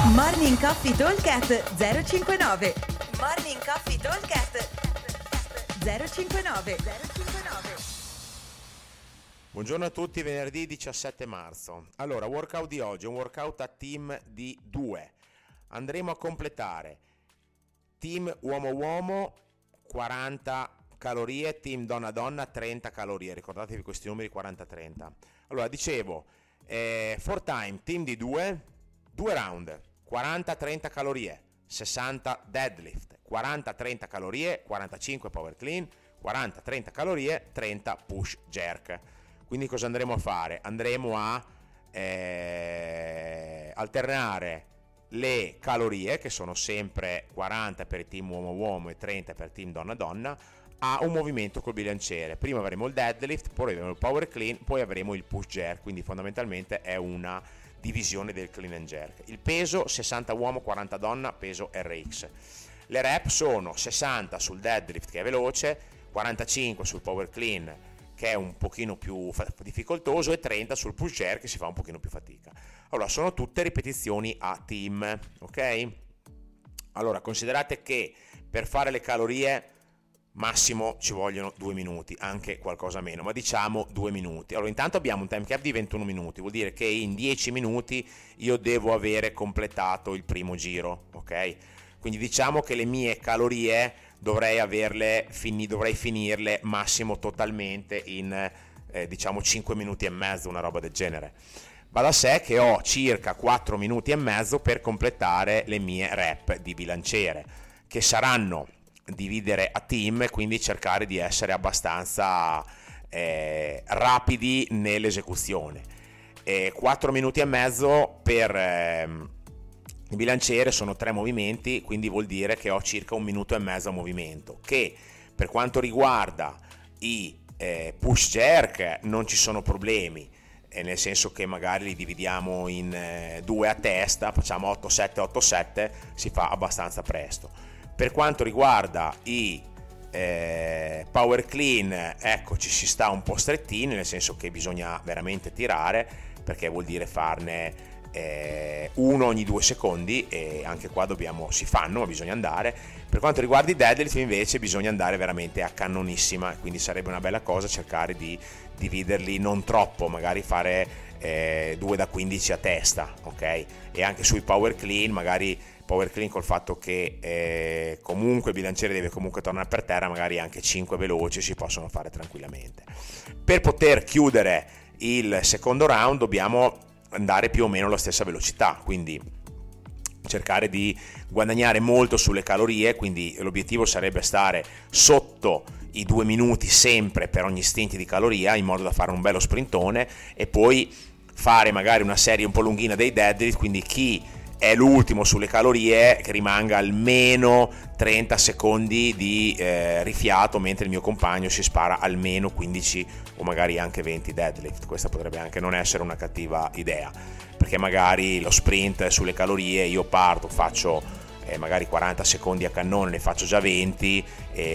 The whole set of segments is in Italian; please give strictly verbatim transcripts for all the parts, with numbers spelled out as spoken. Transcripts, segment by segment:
Morning Coffee Talkcast zero cinquantanove. Morning Coffee Talkcast zero cinquantanove. Buongiorno a tutti, venerdì diciassette marzo. Allora, workout di oggi è un workout a team di due. Andremo a completare team uomo-uomo quaranta calorie, team donna-donna trenta calorie. Ricordatevi questi numeri quaranta trenta. Allora, dicevo, eh, for time, team di due, due round, quaranta trenta calorie, sessanta deadlift, quaranta trenta calorie, quarantacinque power clean, quaranta trenta calorie, trenta push jerk. Quindi cosa andremo a fare? Andremo a eh, alternare le calorie, che sono sempre quaranta per il team uomo-uomo e trenta per il team donna-donna, a un movimento col bilanciere. Prima avremo il deadlift, poi avremo il power clean, poi avremo il push jerk, quindi fondamentalmente è una divisione del clean and jerk. Il peso sessanta uomo, quaranta donna, peso R X. Le rep sono sessanta sul deadlift, che è veloce, quarantacinque sul power clean, che è un pochino più difficoltoso, e trenta sul push jerk, che si fa un pochino più fatica. Allora, sono tutte ripetizioni a team, ok? Allora, considerate che per fare le calorie massimo ci vogliono due minuti, anche qualcosa meno, ma diciamo due minuti. Allora, intanto abbiamo un time cap di ventuno minuti, vuol dire che in dieci minuti io devo avere completato il primo giro, ok? Quindi diciamo che le mie calorie dovrei averle fini, dovrei finirle massimo totalmente in eh, diciamo cinque minuti e mezzo, una roba del genere. Va da sé che ho circa quattro minuti e mezzo per completare le mie rep di bilanciere, che saranno dividere a team, quindi cercare di essere abbastanza eh, rapidi nell'esecuzione. E quattro minuti e mezzo per eh, il bilanciere sono tre movimenti, quindi vuol dire che ho circa un minuto e mezzo a movimento, che per quanto riguarda i eh, push jerk non ci sono problemi, eh, nel senso che magari li dividiamo in eh, due a testa, facciamo otto sette otto sette, si fa abbastanza presto. Per quanto riguarda i eh, power clean, ecco, ci si sta un po' strettini, nel senso che bisogna veramente tirare, perché vuol dire farne eh, uno ogni due secondi, e anche qua dobbiamo, si fanno, ma bisogna andare. Per quanto riguarda i deadlift invece bisogna andare veramente a cannonissima, quindi sarebbe una bella cosa cercare di dividerli non troppo, magari fare eh, due da quindici a testa, ok? E anche sui power clean, magari power clean col fatto che eh, comunque il bilanciere deve comunque tornare per terra, magari anche cinque veloci si possono fare tranquillamente. Per poter chiudere il secondo round dobbiamo andare più o meno alla stessa velocità, quindi cercare di guadagnare molto sulle calorie, quindi l'obiettivo sarebbe stare sotto i due minuti sempre per ogni stint di caloria, in modo da fare un bello sprintone, e poi fare magari una serie un po' lunghina dei deadlift, quindi chi è l'ultimo sulle calorie che rimanga almeno trenta secondi di eh, rifiato, mentre il mio compagno si spara almeno quindici o magari anche venti deadlift. Questa potrebbe anche non essere una cattiva idea, perché magari lo sprint sulle calorie io parto, faccio eh, magari quaranta secondi a cannone, ne faccio già venti,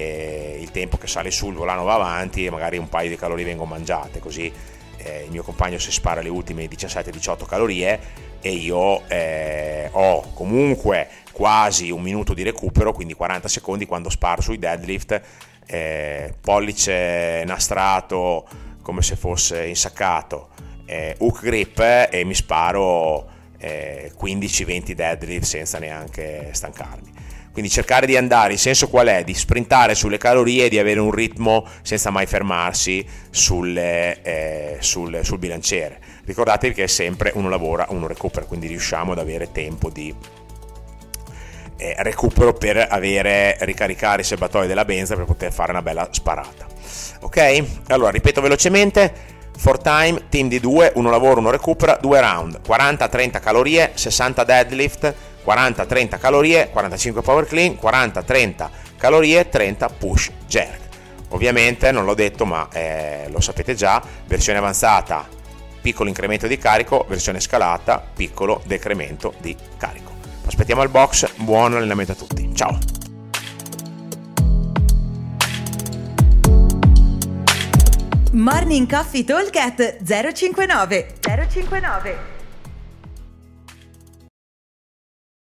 e il tempo che sale sul volano va avanti e magari un paio di calorie vengono mangiate, così eh, il mio compagno si spara le ultime diciassette diciotto calorie e io eh, ho comunque quasi un minuto di recupero, quindi quaranta secondi quando sparo sui deadlift, eh, pollice nastrato come se fosse insaccato, eh, hook grip, e mi sparo eh, quindici venti deadlift senza neanche stancarmi. Quindi cercare di andare, il senso qual è? Di sprintare sulle calorie e di avere un ritmo senza mai fermarsi sulle, eh, sul, sul bilanciere. Ricordatevi che è sempre uno lavora, uno recupera, quindi riusciamo ad avere tempo di eh, recupero per avere, ricaricare il serbatoio della benza per poter fare una bella sparata. Ok? Allora, ripeto velocemente: for time, team di due, uno lavora, uno recupera, due round, quaranta trenta calorie, sessanta deadlift, quaranta trenta calorie, quarantacinque power clean, quaranta trenta calorie, trenta push jerk. Ovviamente non l'ho detto, ma eh, lo sapete già, versione avanzata piccolo incremento di carico, versione scalata piccolo decremento di carico. Aspettiamo al box, buon allenamento a tutti, ciao! Morning Coffee Talkcast zero cinquantanove.